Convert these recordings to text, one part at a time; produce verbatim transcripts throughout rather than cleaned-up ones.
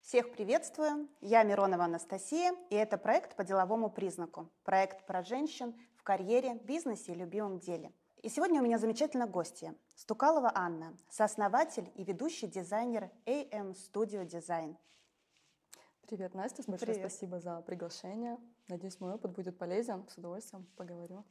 Всех приветствую, я Миронова Анастасия, и это проект по деловому признаку. Проект про женщин в карьере, бизнесе и любимом деле. И сегодня у меня замечательная гостья, Стукалова Анна, сооснователь и ведущий дизайнер эй эм Studio Design. Привет, Настя, большое Привет. спасибо за приглашение. Надеюсь, мой опыт будет полезен, с удовольствием поговорю.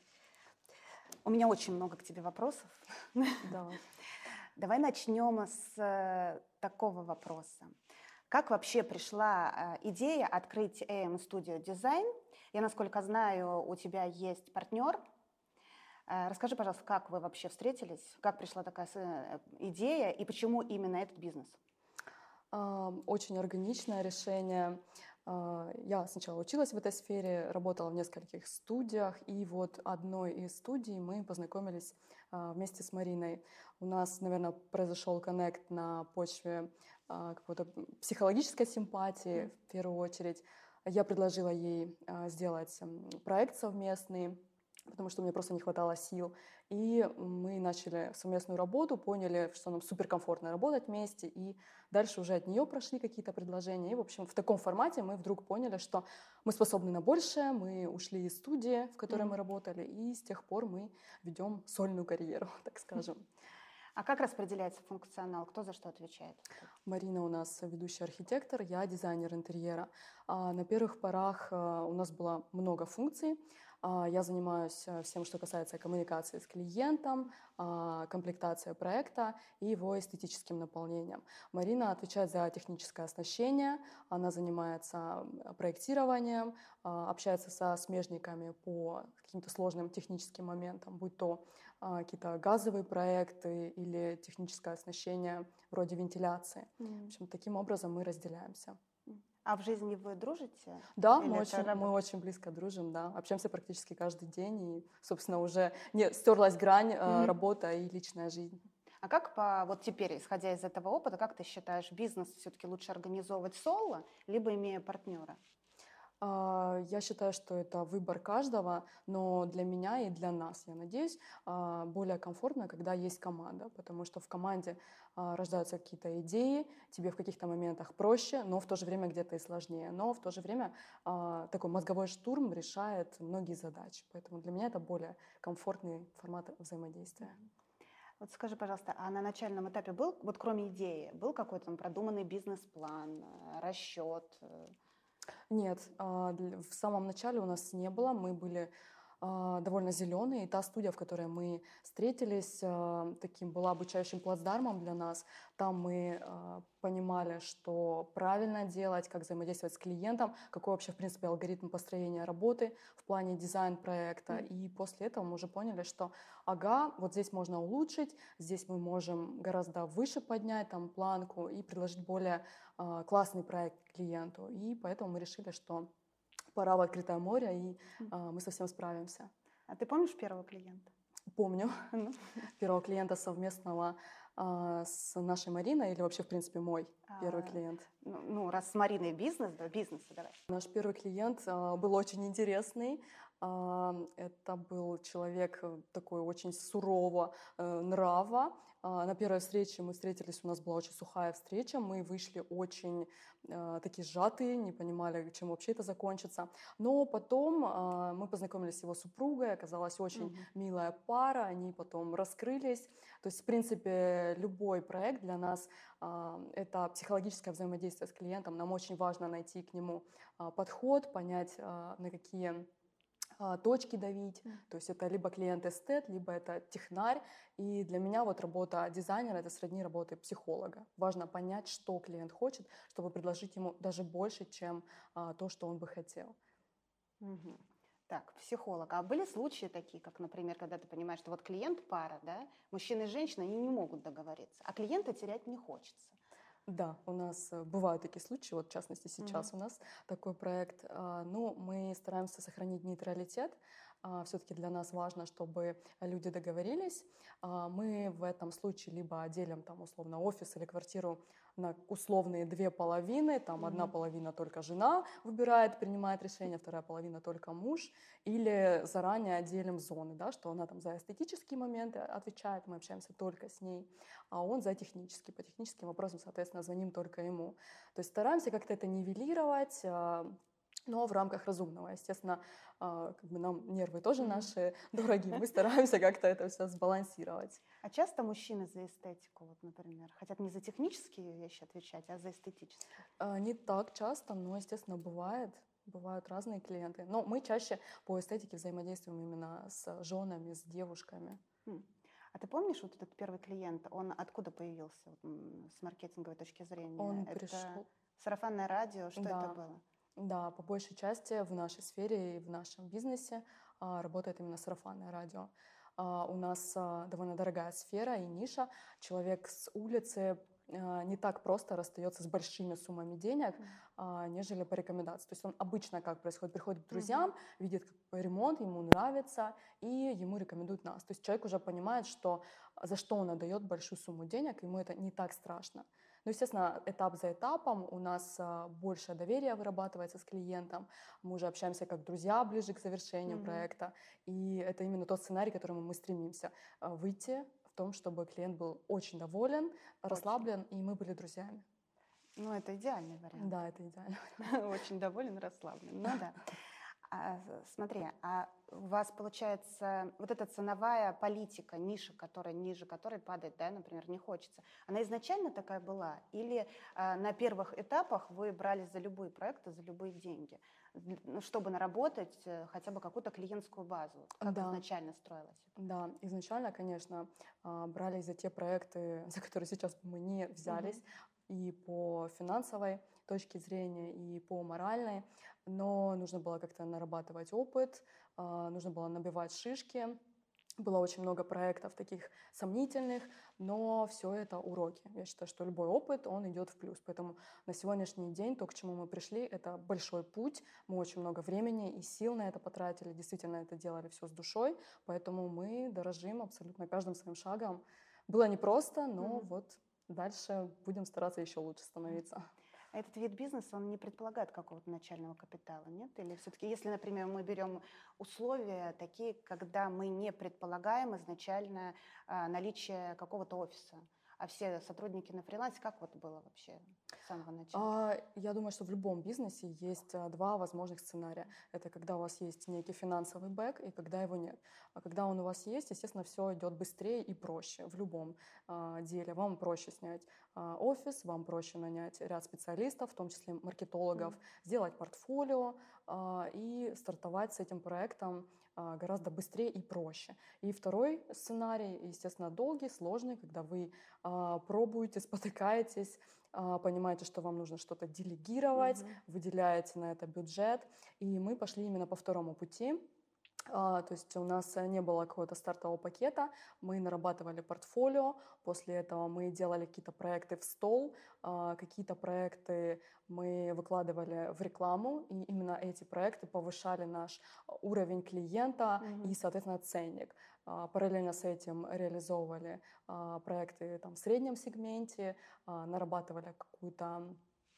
У меня очень много к тебе вопросов. Давай. Давай начнем с такого вопроса. Как вообще пришла идея открыть эй эм Studio Design? Я, насколько знаю, у тебя есть партнер. Расскажи, пожалуйста, как вы вообще встретились, как пришла такая идея и почему именно этот бизнес? Очень органичное решение. Я сначала училась в этой сфере, работала в нескольких студиях, и вот одной из студий мы познакомились вместе с Мариной. У нас, наверное, произошел коннект на почве какой-то психологической симпатии, mm. в первую очередь. Я предложила ей сделать проект совместный, потому что мне просто не хватало сил. И мы начали совместную работу, поняли, что нам суперкомфортно работать вместе, и дальше уже от нее прошли какие-то предложения. И, в общем, в таком формате мы вдруг поняли, что мы способны на большее, мы ушли из студии, в которой mm-hmm. мы работали, и с тех пор мы ведем сольную карьеру, так скажем. А как распределяется функционал? Кто за что отвечает? Марина у нас ведущий архитектор, я дизайнер интерьера. На первых порах у нас было много функций. Я занимаюсь всем, что касается коммуникации с клиентом, комплектацией проекта и его эстетическим наполнением. Марина отвечает за техническое оснащение, она занимается проектированием, общается со смежниками по каким-то сложным техническим моментам, будь то какие-то газовые проекты или техническое оснащение вроде вентиляции. Mm. В общем, таким образом мы разделяемся. А в жизни вы дружите? Да, мы очень, мы очень близко дружим, да. Общаемся практически каждый день, и, собственно, уже не стерлась грань mm-hmm. работа и личная жизнь. А как по, вот теперь, исходя из этого опыта, как ты считаешь, бизнес все-таки лучше организовывать соло, либо имея партнера? Я считаю, что это выбор каждого, но для меня и для нас, я надеюсь, более комфортно, когда есть команда, потому что в команде рождаются какие-то идеи, тебе в каких-то моментах проще, но в то же время где-то и сложнее, но в то же время такой мозговой штурм решает многие задачи, поэтому для меня это более комфортный формат взаимодействия. Вот скажи, пожалуйста, а на начальном этапе был, вот кроме идеи, был какой-то там продуманный бизнес-план, расчет? Нет, в самом начале у нас не было, мы были довольно зеленые, и та студия, в которой мы встретились, таким была обучающим плацдармом для нас. Там мы понимали, что правильно делать, как взаимодействовать с клиентом, какой вообще, в принципе, алгоритм построения работы в плане дизайн-проекта. Mm-hmm. И после этого мы уже поняли, что ага, вот здесь можно улучшить, здесь мы можем гораздо выше поднять там планку и предложить более э, классный проект клиенту. И поэтому мы решили, что пора в открытое море, и э, мы совсем справимся. А ты помнишь первого клиента? Помню. Первого клиента совместного э, с нашей Мариной, или вообще, в принципе, мой а, первый клиент. Ну, ну, раз с Мариной бизнес, да, бизнес, давай. Наш первый клиент э, был очень интересный. Э, это был человек такой очень сурового э, нрава. Э, на первой встрече мы встретились, у нас была очень сухая встреча, мы вышли очень э, такие сжатые, не понимали, чем вообще это закончится. Но потом э, мы познакомились с его супругой, оказалась очень mm-hmm. милая пара, они потом раскрылись. То есть, в принципе, любой проект для нас э, это психологическое взаимодействие с клиентом. Нам очень важно найти к нему э, подход, понять, э, на какие точки давить, mm. то есть это либо клиент-эстет, либо это технарь, и для меня вот работа дизайнера — это сродни работы психолога. Важно понять, что клиент хочет, чтобы предложить ему даже больше, чем а, то, что он бы хотел. Mm-hmm. Так, психолог. А были случаи такие, как, например, когда ты понимаешь, что вот клиент пара, да, мужчина и женщина, они не могут договориться, а клиента терять не хочется? Да, у нас бывают такие случаи, вот в частности сейчас mm-hmm. у нас такой проект. Ну, мы стараемся сохранить нейтралитет. Все-таки для нас важно, чтобы люди договорились. Мы в этом случае либо делим там условно офис или квартиру на условные две половины, там одна Мгм. половина только жена выбирает, принимает решение, вторая половина только муж, или заранее делим зоны, да, что она там за эстетические моменты отвечает, мы общаемся только с ней, а он за технические. По техническим вопросам, соответственно, звоним только ему. То есть стараемся как-то это нивелировать, а, но в рамках разумного. Естественно, а, как бы нам нервы тоже Мгм. наши дорогие, мы стараемся как-то это все сбалансировать. А часто мужчины за эстетику, вот, например, хотят не за технические вещи отвечать, а за эстетические? А, Не так часто, но, естественно, бывает. Бывают разные клиенты. Но мы чаще по эстетике взаимодействуем именно с женами, с девушками. М. А ты помнишь, вот этот первый клиент, он откуда появился, вот, м, с маркетинговой точки зрения? Он Это пришел, сарафанное радио, что это да, было? да, по большей части в нашей сфере и в нашем бизнесе а, работает именно сарафанное радио. А, у нас а, довольно дорогая сфера и ниша. Человек с улицы а, не так просто расстается с большими суммами денег, М. а, нежели по рекомендации. То есть он обычно как происходит, приходит к Мгм. друзьям, видит как ремонт, ему нравится, и ему рекомендуют нас. То есть человек уже понимает, что за что он отдает большую сумму денег, ему это не так страшно. Ну, естественно, этап за этапом у нас а, больше доверия вырабатывается с клиентом. Мы уже общаемся как друзья ближе к завершению Мгм. проекта. И это именно тот сценарий, к которому мы стремимся. а, Выйти в том, чтобы клиент был очень доволен, Очень. расслаблен, и мы были друзьями. Ну, это идеальный вариант. Да, это идеально. Очень доволен, расслаблен. Ну да. А, с- смотри, а у вас получается вот эта ценовая политика, ниша, которая ниже которой падать, да, например, не хочется, она изначально такая была? Или а, на первых этапах вы брали за любые проекты, за любые деньги, д- ну, чтобы наработать э, хотя бы какую-то клиентскую базу? Вот как Да, изначально строилось это? да, изначально, конечно, а, брались за те проекты, за которые сейчас бы мы не Мгм. взялись, и по финансовой точке зрения, и по моральной, но нужно было как-то нарабатывать опыт, а, нужно было набивать шишки. Было очень много проектов таких сомнительных, но все это уроки. Я считаю, что любой опыт, он идет в плюс. Поэтому на сегодняшний день то, к чему мы пришли, это большой путь. Мы очень много времени и сил на это потратили. Действительно, это делали все с душой. Поэтому мы дорожим абсолютно каждым своим шагом. Было непросто, но Мгм. вот дальше будем стараться еще лучше становиться. А этот вид бизнеса, он не предполагает какого-то начального капитала, нет? Или все-таки, если, например, мы берем условия такие, когда мы не предполагаем изначально а, наличие какого-то офиса, а все сотрудники на фрилансе, как вот было вообще с самого начала? А, Я думаю, что в любом бизнесе есть а, два возможных сценария. Это когда у вас есть некий финансовый бэк и когда его нет. А когда он у вас есть, естественно, все идет быстрее и проще в любом а, деле. Вам проще снять а, офис, вам проще нанять ряд специалистов, в том числе маркетологов, Мгм. сделать портфолио а, и стартовать с этим проектом а, гораздо быстрее и проще. И второй сценарий, естественно, долгий, сложный, когда вы а, пробуете, спотыкаетесь, а, понимаете, что вам нужно что-то делегировать, Мгм. выделяете на это бюджет. И мы пошли именно по второму пути. А, То есть у нас э, не было какого-то стартового пакета, мы нарабатывали портфолио, после этого мы делали какие-то проекты в стол, а, какие-то проекты мы выкладывали в рекламу, и именно эти проекты повышали наш а, уровень клиента и, Мгм. соответственно, ценник. А, Параллельно с этим реализовывали а, проекты там, в среднем сегменте, а, нарабатывали какую-то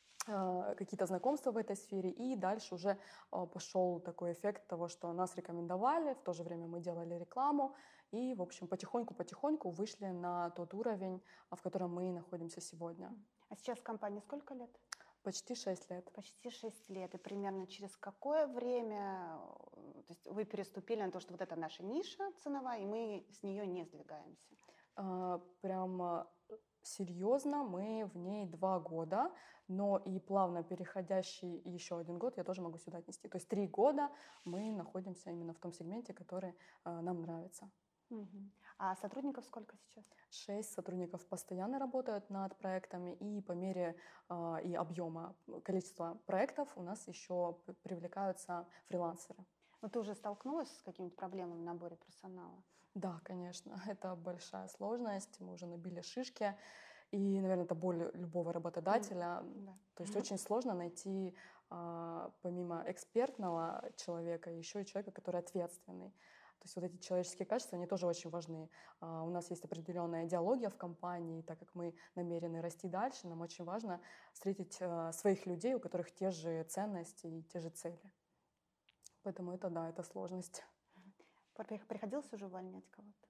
а, какие-то знакомства в этой сфере, и дальше уже а, пошел такой эффект того, что нас рекомендовали, в то же время мы делали рекламу, и, в общем, потихоньку-потихоньку вышли на тот уровень, а, в котором мы находимся сегодня. А сейчас компании сколько лет? Почти шесть лет. Почти шесть лет. И примерно через какое время э, то есть вы переступили на то, что вот это наша ниша ценовая, и мы с нее не сдвигаемся? А, Прям а, серьезно мы в ней два года, но и плавно переходящий еще один год я тоже могу сюда отнести. То есть три года мы находимся именно в том сегменте, который а, нам нравится. Мгм. А сотрудников сколько сейчас? Шесть сотрудников постоянно работают над проектами, и по мере а, и объема количества проектов у нас еще п- привлекаются фрилансеры. Ну, ты уже столкнулась с какими-то проблемами в наборе персонала? Да, конечно, это большая сложность, мы уже набили шишки, и, наверное, это боль любого М, работодателя. да. То есть очень сложно найти а, помимо экспертного человека еще и человека, который ответственный. То есть вот эти человеческие качества, они тоже очень важны. А, у нас есть определенная идеология в компании, и так как мы намерены расти дальше, нам очень важно встретить а, своих людей, у которых те же ценности и те же цели. Поэтому это, да, это сложность. При- Приходилось уже увольнять кого-то?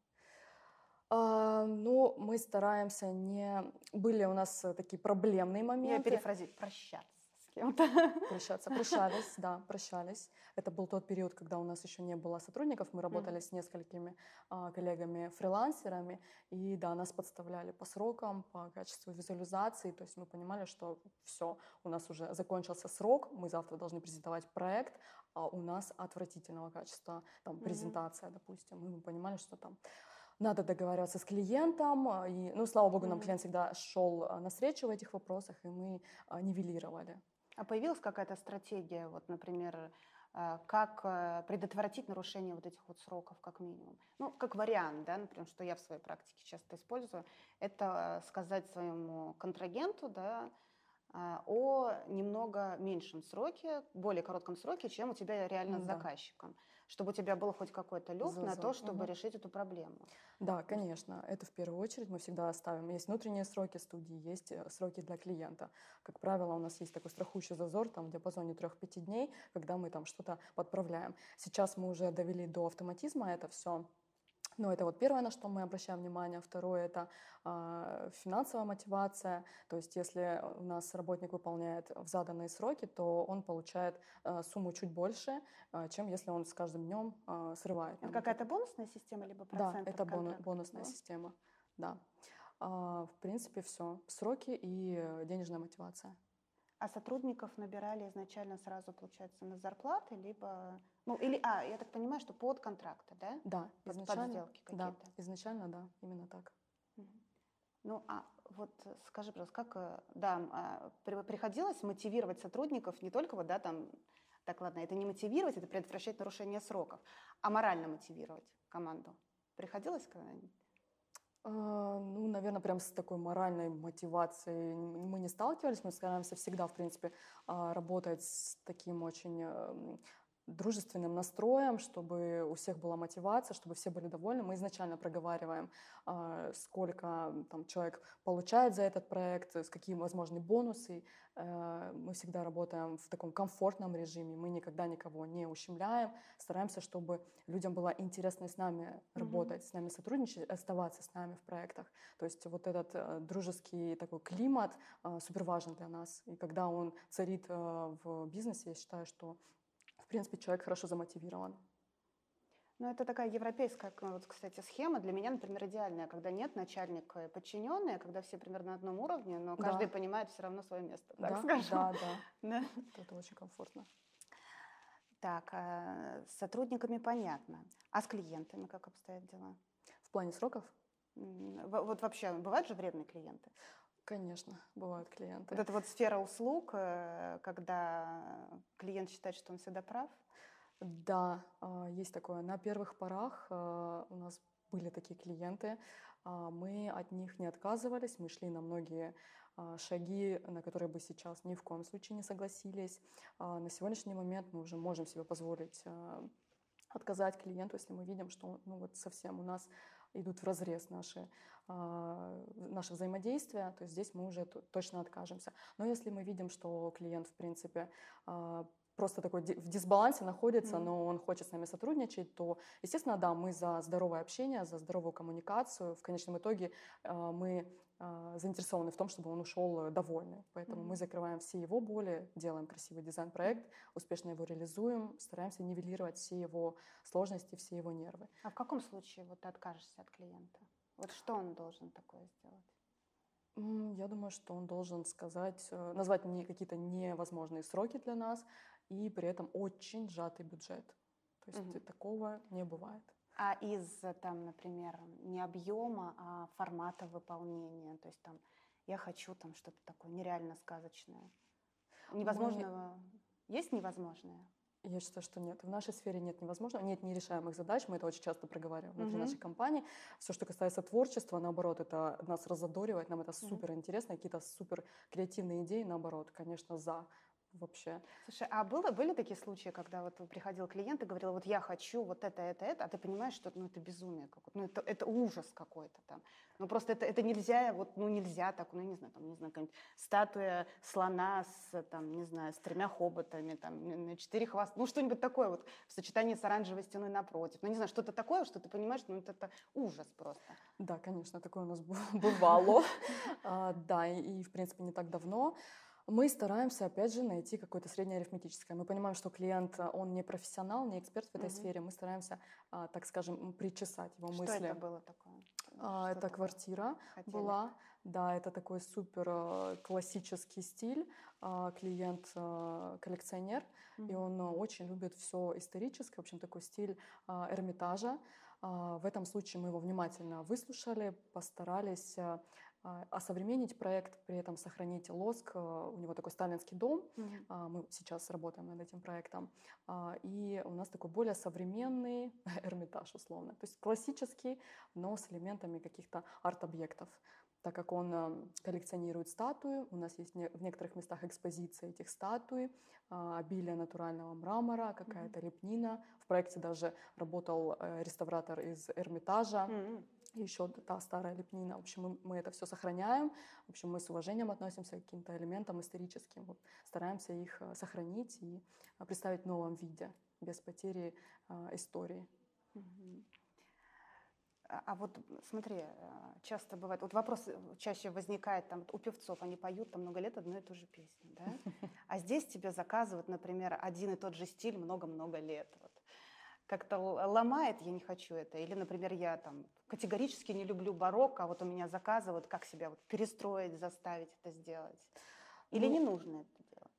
А, ну, мы стараемся не... Были у нас э, такие проблемные Я моменты. перефразирую, прощаться с кем-то. Прощаться. Прощались, да, прощались. Это был тот период, когда у нас еще не было сотрудников. Мы работали Мгм. с несколькими а, коллегами-фрилансерами. И да, нас подставляли по срокам, по качеству визуализации. То есть мы понимали, что все, у нас уже закончился срок, мы завтра должны презентовать проект, а у нас отвратительного качества там, Мгм. презентация, допустим. И мы понимали, что там надо договариваться с клиентом. а, И, ну, слава богу, нам Мгм. клиент всегда шел а, навстречу в этих вопросах, и мы а, нивелировали. А появилась какая-то стратегия, вот, например, э, как э, предотвратить нарушение вот этих вот сроков, как минимум? Ну, как вариант, да, например, что я в своей практике часто использую, это сказать своему контрагенту, да, а, о немного меньшем сроке, более коротком сроке, чем у тебя реально с Да. заказчиком, чтобы у тебя был хоть какой-то люфт на то, Зазор. чтобы Мгм. решить эту проблему. Да, То есть, конечно, это в первую очередь мы всегда ставим. Есть внутренние сроки студии, есть э, сроки для клиента. Как правило, у нас есть такой страхующий зазор там, в диапазоне трех-пяти дней, когда мы там что-то подправляем. Сейчас мы уже довели до автоматизма это все. Но это вот первое, на что мы обращаем внимание. Второе — это а, финансовая мотивация. То есть если у нас работник выполняет в заданные сроки, то он получает а, сумму чуть больше, а, чем если он с каждым днем а, срывает это нам вот какая-то этот. бонусная система, либо Да, процент это от бону- контракта? бонусная Бонус? система. Да. А, в принципе, все. Сроки и э, денежная мотивация. А сотрудников набирали изначально сразу, получается, на зарплаты, либо... Ну, или, а, я так понимаю, что под контракты, да? Да, Под, под изначально, сделки да, какие-то. изначально, да, именно так. Мгм. Ну, а вот э, скажи, пожалуйста, как, э, да, м, а, при- приходилось мотивировать сотрудников не только вот, да, там, так, ладно, это не мотивировать, это предотвращать нарушение сроков, а морально мотивировать команду? Приходилось когда-нибудь? А, Ну, наверное, прям с такой моральной мотивацией н- мы не сталкивались. Мы стараемся всегда, в принципе, а, работать с таким очень эм, дружественным настроем, чтобы у всех была мотивация, чтобы все были довольны. Мы изначально проговариваем, а, сколько там, человек получает за этот проект, с какие возможны бонусы. Э, Мы всегда работаем в таком комфортном режиме, мы никогда никого не ущемляем. Стараемся, чтобы людям было интересно с нами Мгм. работать, с нами сотрудничать, оставаться с нами в проектах. То есть вот этот э, дружеский такой климат э, супер важен для нас. И когда он царит э, в бизнесе, я считаю, что, в принципе, человек хорошо замотивирован. Ну, это такая европейская, к- вот, кстати, схема. Для меня, например, идеальная, когда нет начальника и подчиненные, когда все примерно на одном уровне, но каждый Да, понимает все равно свое место, так да, скажем. да, да. Да. Это, это очень комфортно. Так, а, с сотрудниками понятно. А с клиентами как обстоят дела? В плане сроков, М, во- Вот вообще, бывают же вредные клиенты? конечно, бывают Вот клиенты. эта вот сфера услуг, э, когда клиент считает, что он всегда прав. Да, а, есть такое. На первых порах а, у нас были такие клиенты. а, Мы от них не отказывались, мы шли на многие а, шаги, на которые бы сейчас ни в коем случае не согласились. А, На сегодняшний момент мы уже можем себе позволить а, отказать клиенту, если мы видим, что ну, вот совсем у нас идут вразрез наши, а, наше взаимодействие, то здесь мы уже т- точно откажемся. Но если мы видим, что клиент, в принципе, а, просто такой ди- в дисбалансе находится, Мгм. но он хочет с нами сотрудничать, то, естественно, да, мы за здоровое общение, за здоровую коммуникацию. В конечном итоге а, мы а, заинтересованы в том, чтобы он ушел э, довольный. Поэтому мы Мгм. закрываем все его боли, делаем красивый дизайн-проект, успешно его реализуем, стараемся нивелировать все его сложности, все его нервы. А в каком случае вот ты откажешься от клиента? Вот что он должен такое сделать? М, Я думаю, что он должен сказать, э, назвать не, какие-то невозможные сроки для нас и при этом очень сжатый бюджет. То есть э, Мгм. такого не бывает. А из, э, там, например, не объема, а формата выполнения, то есть там я хочу там что-то такое нереально сказочное. Мы, Невозможного есть невозможное? я считаю, что нет. В нашей сфере нет невозможного, нет нерешаемых задач. Мы это очень часто проговариваем внутри Мгм. нашей компании. Все, что касается творчества, наоборот, это нас разодоривает, нам это Мгм. супер интересно, какие-то супер креативные идеи, наоборот, конечно, за. вообще. Слушай, а было, были такие случаи, когда вот приходил клиент и говорил, вот я хочу вот это, это, это, а ты понимаешь, что ну, это безумие какое-то, ну это, это ужас какой-то там. Ну просто это, это нельзя, вот, ну нельзя так, ну не знаю, там, не знаю, какая-нибудь статуя слона с, там, не знаю, с тремя хоботами, там, на четыре хвоста, ну что-нибудь такое вот в сочетании с оранжевой стеной напротив. Ну не знаю, что-то такое, что ты понимаешь, ну это, это ужас просто. Да, конечно, такое у нас бывало. А, Да, и, и, в принципе, не так давно. Мы стараемся, опять же, найти какое-то среднеарифметическое. Мы понимаем, что клиент, а, он не профессионал, не эксперт в этой Мгм. сфере. Мы стараемся, а, так скажем, м, причесать его Что это мысли. было такое? А, Что Это такое квартира хотели? была. Да, это такой супер а, классический стиль. А, Клиент а, коллекционер, и Мгм. он а, очень любит все историческое, в общем, такой стиль а, Эрмитажа. А, В этом случае мы его внимательно выслушали, постарались а, а, осовременить проект, при этом сохранить лоск. А, У него такой сталинский дом. Мгм. А, Мы сейчас работаем над этим проектом. А, И у нас такой более современный Эрмитаж, условно. То есть классический, но с элементами каких-то арт-объектов. Так как он э, коллекционирует статуи, у нас есть не- в некоторых местах экспозиция этих статуй, а, обилие натурального мрамора, Мгм. какая-то лепнина. В проекте даже работал э, реставратор из Эрмитажа, М. еще та старая лепнина. В общем, мы, мы это все сохраняем. В общем, мы с уважением относимся к каким-то элементам историческим. Вот, стараемся их э, сохранить и э, представить в новом виде, без потери э, истории. Мгм. А а вот смотри, э, часто бывает, вот вопрос э, чаще возникает там вот у певцов, они поют там много лет одну и ту же песню, да? А здесь тебе заказывают, например, один и тот же стиль много-много лет. Вот. Как-то л- ломает, я не хочу это. Или, например, я там категорически не люблю барокко, а вот у меня заказывают, как себя вот перестроить, заставить это сделать. Или не Ну, нужно это делать,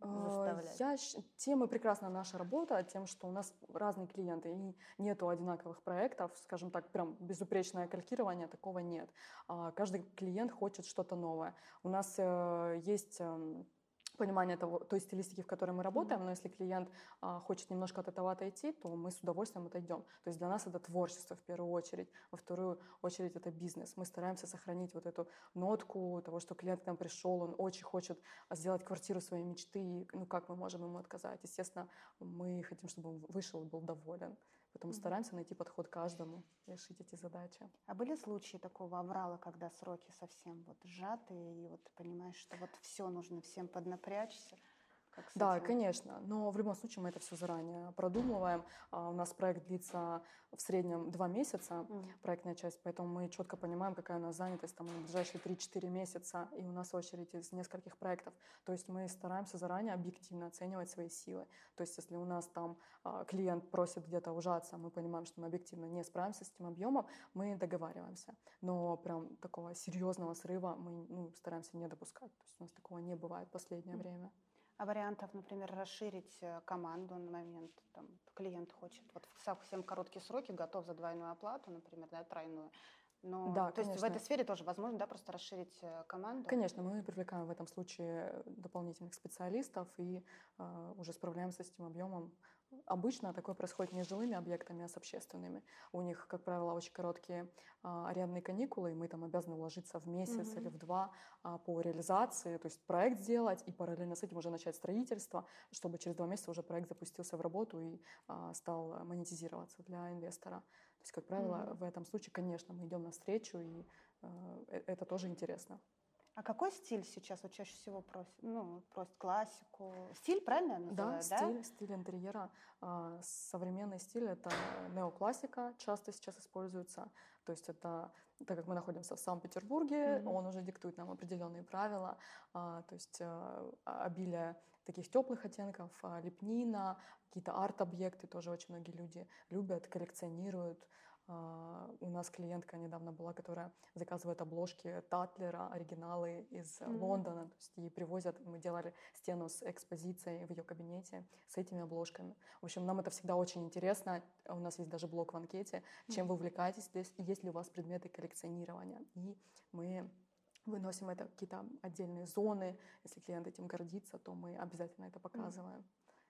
Э, заставлять. Я, щ- тем и прекрасна наша работа, тем, что у нас разные клиенты, и нету одинаковых проектов, скажем так, прям безупречное калькирование, такого нет. А, Каждый клиент хочет что-то новое. У нас э, есть эм, понимание того, той стилистики, в которой мы Мгм. работаем, но если клиент а, хочет немножко от этого отойти, то мы с удовольствием отойдем. То есть для нас это творчество в первую очередь, во вторую очередь это бизнес. Мы стараемся сохранить вот эту нотку того, что клиент к нам пришел, он очень хочет а сделать квартиру своей мечты, и, ну как мы можем ему отказать? Естественно, мы хотим, чтобы он вышел и был доволен. Поэтому Мгм. стараемся найти подход каждому, решить эти задачи. А были случаи такого аврала, когда сроки совсем вот сжатые, и вот ты понимаешь, что вот все нужно всем поднапрячься, как с Да, этим? конечно, но в любом случае мы это все заранее продумываем. А, У нас проект длится в среднем два месяца, Мгм. проектная часть, поэтому мы четко понимаем, какая у нас занятость там, на ближайшие три-четыре месяца, и у нас очередь из нескольких проектов. То есть мы стараемся заранее объективно оценивать свои силы. То есть если у нас там а, клиент просит где-то ужаться, мы понимаем, что мы объективно не справимся с этим объемом, мы договариваемся. Но прям такого серьезного срыва мы ну, стараемся не допускать. То есть у нас такого не бывает в последнее Мгм. время. А вариантов, например, расширить э, команду на момент, там, клиент хочет, вот в совсем короткие сроки готов за двойную оплату, например, да, тройную. Но, Да, то есть в этой конечно. сфере тоже возможно, да, просто расширить э, команду? Конечно, мы привлекаем в этом случае дополнительных специалистов и а, уже справляемся с этим объемом. Обычно такое происходит не с жилыми объектами, а с общественными. У них, как правило, очень короткие а, арендные каникулы, и мы там обязаны уложиться в месяц или Мгм. в два а, по реализации, то есть проект сделать и параллельно с этим уже начать строительство, чтобы через два месяца уже проект запустился в работу и а, стал монетизироваться для инвестора. То есть, как правило, Мгм. в этом случае, конечно, мы идем навстречу, и а, э- это тоже интересно. А какой стиль сейчас вот чаще всего просят? Ну, просят классику. Стиль, правильно я Да, называю, да? стиль, стиль интерьера. а, Современный стиль — это неоклассика, часто сейчас используется. То есть это, так как мы находимся в Санкт-Петербурге, Мгм. он уже диктует нам определенные правила. а, То есть а, обилие таких теплых оттенков, а, лепнина, какие-то арт-объекты тоже очень многие люди любят, коллекционируют. А, У нас клиентка недавно была, которая заказывает обложки Татлера, оригиналы из э, М. Лондона. То есть ей привозят, мы делали стену с экспозицией в ее кабинете с этими обложками. В общем, нам это всегда очень интересно. У нас есть даже блог в анкете, чем вы Мгм. увлекаетесь, есть есть ли у вас предметы коллекционирования. И мы выносим это в какие-то отдельные зоны. Если клиент этим гордится, то мы обязательно это Мгм. показываем.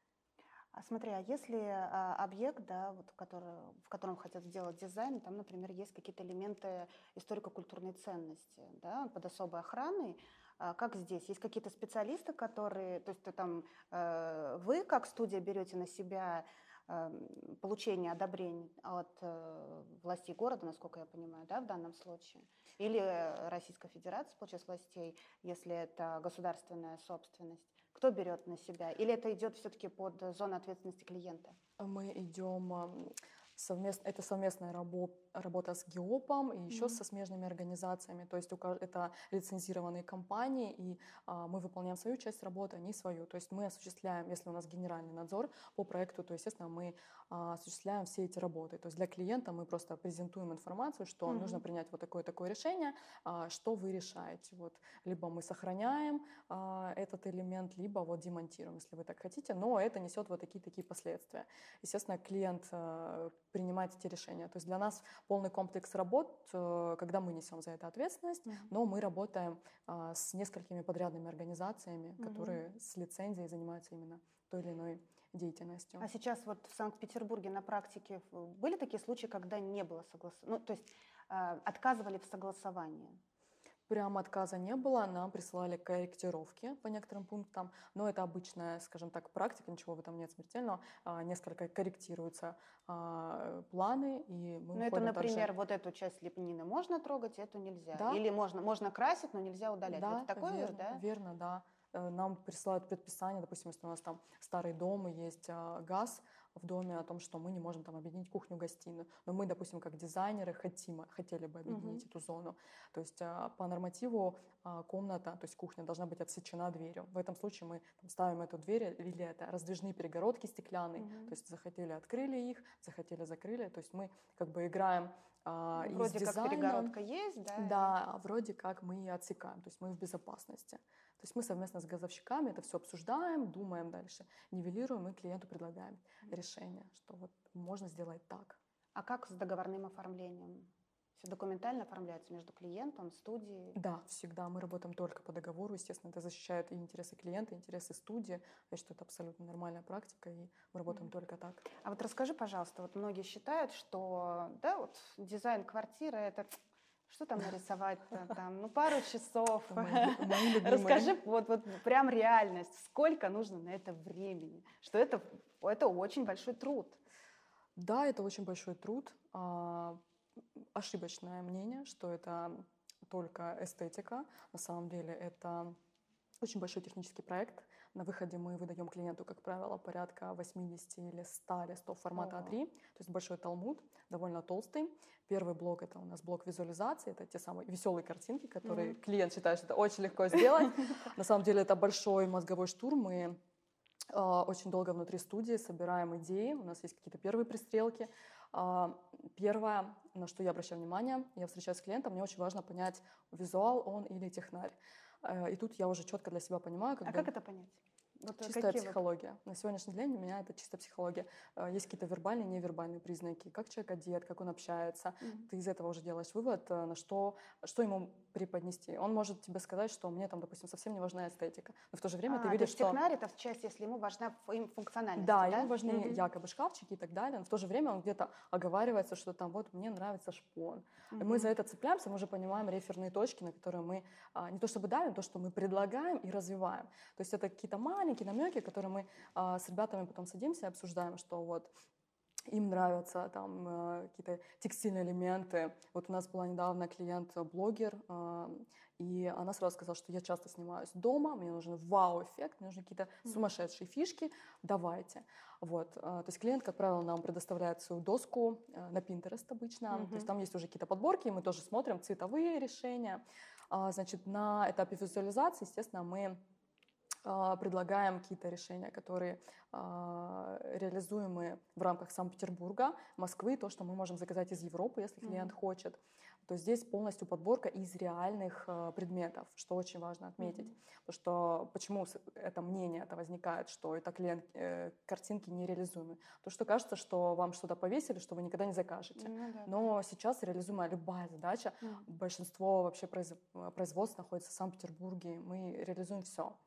А смотри, а если а, объект, да, вот, который, в котором хотят сделать дизайн, там, например, есть какие-то элементы историко-культурной ценности, да, под особой охраной, А как здесь? Есть какие-то специалисты, которые, то есть там э, вы как студия берете на себя э, получение одобрений от э, властей города, насколько я понимаю, да, в данном случае? Или Российской Федерации, получается, властей, если это государственная собственность? Кто берет на себя? Или это идет все-таки под зону ответственности клиента? Мы идем совместно, это совместная рабо, работа с ГИОПом и еще Mm-hmm. со смежными организациями. То есть это лицензированные компании, и а, мы выполняем свою часть работы, они свою. То есть мы осуществляем, если у нас генеральный надзор по проекту, то, естественно, мы а, осуществляем все эти работы. То есть для клиента мы просто презентуем информацию, что mm-hmm. нужно принять вот такое-такое решение, а, что вы решаете. Вот. Либо мы сохраняем а, этот элемент, либо вот демонтируем, если вы так хотите, но это несет вот такие-такие последствия. Естественно, клиент а, принимать эти решения. То есть для нас полный комплекс работ, когда мы несем за это ответственность, mm-hmm. но мы работаем а, с несколькими подрядными организациями, mm-hmm. которые с лицензией занимаются именно той или иной деятельностью. А сейчас вот в Санкт-Петербурге на практике были такие случаи, когда не было согласования, ну, то есть э, отказывали в согласовании? Прямо отказа не было, нам присылали корректировки по некоторым пунктам, но это обычная, скажем так, практика, ничего в этом нет смертельного, а, несколько корректируются а, планы, и мы Ну это, например, дальше. Вот эту часть лепнины можно трогать, эту нельзя, да. Или можно, можно красить, но нельзя удалять, да, это такое верно, вот, да? верно, да. Нам присылают предписание, допустим, если у нас там старый дом и есть а, газ в доме, о том, что мы не можем там объединить кухню-гостиную. Но мы, допустим, как дизайнеры хотим, хотели бы объединить uh-huh. эту зону. То есть а, по нормативу а, комната, то есть кухня должна быть отсечена дверью. В этом случае мы там, ставим эту дверь, или это раздвижные перегородки стеклянные. Uh-huh. То есть захотели, открыли их, захотели, закрыли. То есть мы как бы играем а, ну, вроде из как дизайна. перегородка есть, да? Да, вроде как мы и отсекаем, то есть мы в безопасности. То есть мы совместно с газовщиками это все обсуждаем, думаем дальше, нивелируем и клиенту предлагаем решение, что вот можно сделать так. А как с договорным оформлением? Все документально оформляется между клиентом, студией? Да, всегда. Мы работаем только по договору. Естественно, это защищает и интересы клиента, и интересы студии. Я считаю, это абсолютно нормальная практика, и мы работаем mm-hmm. только так. А вот расскажи, пожалуйста, вот многие считают, что да, вот дизайн квартиры — это что там нарисовать-то? Там, ну, пару часов. Расскажи, вот, вот прям реальность. Сколько нужно на это времени? Что это, это очень большой труд. Да, это очень большой труд. Ошибочное мнение, что это только эстетика. На самом деле это очень большой технический проект. На выходе мы выдаем клиенту, как правило, порядка восемьдесят или сто листов формата а три. То есть большой талмуд, довольно толстый. Первый блок — это у нас блок визуализации. Это те самые веселые картинки, которые mm-hmm. клиент считает, что это очень легко сделать. На самом деле это большой мозговой штурм. Мы очень долго внутри студии собираем идеи. У нас есть какие-то первые пристрелки. Первое, на что я обращаю внимание, я встречаюсь с клиентом, мне очень важно понять, визуал он или технарь. И тут я уже четко для себя понимаю. Как а бы, как это понять? Вот чистая психология. Вот? На сегодняшний день у меня это чисто психология. Есть какие-то вербальные и невербальные признаки. Как человек одет, как он общается. Mm-hmm. Ты из этого уже делаешь вывод, на что, что ему преподнести. Он может тебе сказать, что мне там, допустим, совсем не важна эстетика. Но в то же время а, ты видишь, то есть что... технарь — это в части, если ему важна функциональность. Да, да? ему важны mm-hmm. якобы шкафчики и так далее. Но в то же время он где-то оговаривается, что там вот мне нравится шпон. Mm-hmm. И мы за это цепляемся, мы уже понимаем реферные точки, на которые мы а, не то чтобы давим, то, что мы предлагаем и развиваем. То есть это какие-то маленькие намеки, которые мы а, с ребятами потом садимся и обсуждаем, что вот им нравятся там э, какие-то текстильные элементы. Вот у нас была недавно клиент-блогер, э, и она сразу сказала, что я часто снимаюсь дома, мне нужен вау-эффект, мне нужны какие-то сумасшедшие фишки, давайте. Вот. Э, то есть клиент, как правило, нам предоставляет свою доску э, на Pinterest обычно, mm-hmm. то есть там есть уже какие-то подборки, и мы тоже смотрим цветовые решения. А, значит, на этапе визуализации, естественно, мы предлагаем какие-то решения, которые э, реализуемы в рамках Санкт-Петербурга, Москвы, то, что мы можем заказать из Европы, если клиент mm-hmm. хочет. То здесь полностью подборка из реальных э, предметов, что очень важно отметить. Mm-hmm. Потому что почему это мнение это возникает, что это клиент, э, картинки нереализуемы? То, что кажется, что вам что-то повесили, что вы никогда не закажете. Mm-hmm. Но сейчас реализуемая любая задача. Mm-hmm. Большинство вообще произ... производств находится в Санкт-Петербурге. Мы реализуем все.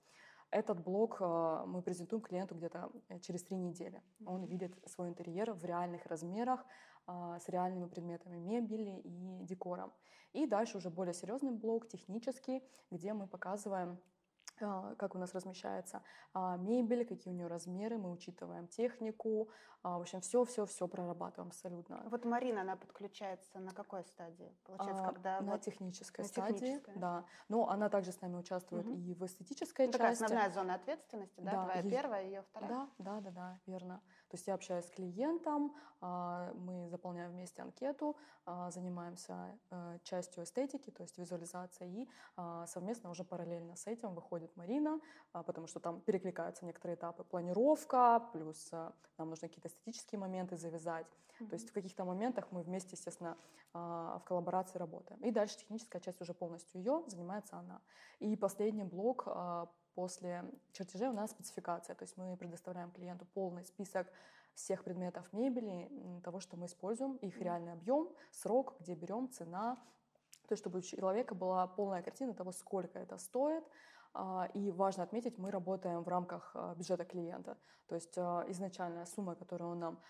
Этот блок а, мы презентуем клиенту где-то э, через три недели. Он Мгм. видит свой интерьер в реальных размерах, а, с реальными предметами мебели и декором. И дальше уже более серьезный блок, технический, где мы показываем, а, как у нас размещается а, мебель, какие у нее размеры, мы учитываем технику, а, в общем, все-все-все прорабатываем абсолютно. Вот Марина, она подключается на какой стадии? Получается, А, когда на вот технической на стадии, технической. да. Но она также с нами участвует Мгм. и в эстетической Ну, такая части. основная зона ответственности, да, Да, твоя ей- первая, ее вторая. да, да, да, да, верно. То есть я общаюсь с клиентом, а, мы заполняем вместе анкету, а, занимаемся э, частью эстетики, то есть визуализацией, и а, совместно уже параллельно с этим выходит Марина, а, потому что там перекликаются некоторые этапы. Планировка, плюс а, нам нужно какие-то эстетические моменты завязать. То есть в каких-то моментах мы вместе, естественно, а, в коллаборации работаем. И дальше техническая часть уже полностью ее занимается она. И последний блок а, после чертежей у нас спецификация, то есть мы предоставляем клиенту полный список всех предметов мебели, м, того, что мы используем, их реальный объем, срок, где берем, цена, то есть чтобы у человека была полная картина того, сколько это стоит. А, И важно отметить, мы работаем в рамках а, бюджета клиента. То есть а, изначальная сумма, которую он нам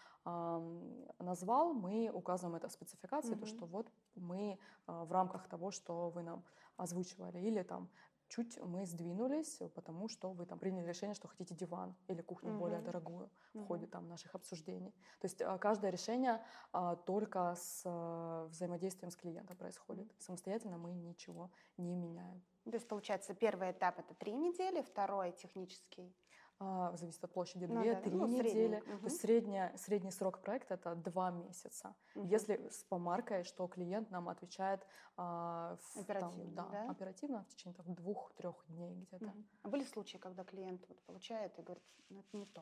ам, назвал, мы указываем это в спецификации, то, Мгм. что вот мы а, в рамках того, что вы нам озвучивали, или там чуть мы сдвинулись, потому что вы там приняли решение, что хотите диван или кухню более Мгм. дорогую в Мгм. ходе там наших обсуждений. То есть а, каждое решение а, только с а, взаимодействием с клиентом происходит. Самостоятельно мы ничего не меняем. То есть, получается, первый этап — это три недели, второй — технический. А, зависит от площади Ну да, две-три ну, средний. недели. То Мгм. есть средняя, средний срок проекта это два месяца. Мгм. Если с помаркой, что клиент нам отвечает а, в, там, Оперативно, да, да? оперативно в течение там, двух-трех дней где-то. Мгм. А были случаи, когда клиент вот получает и говорит, ну это не то,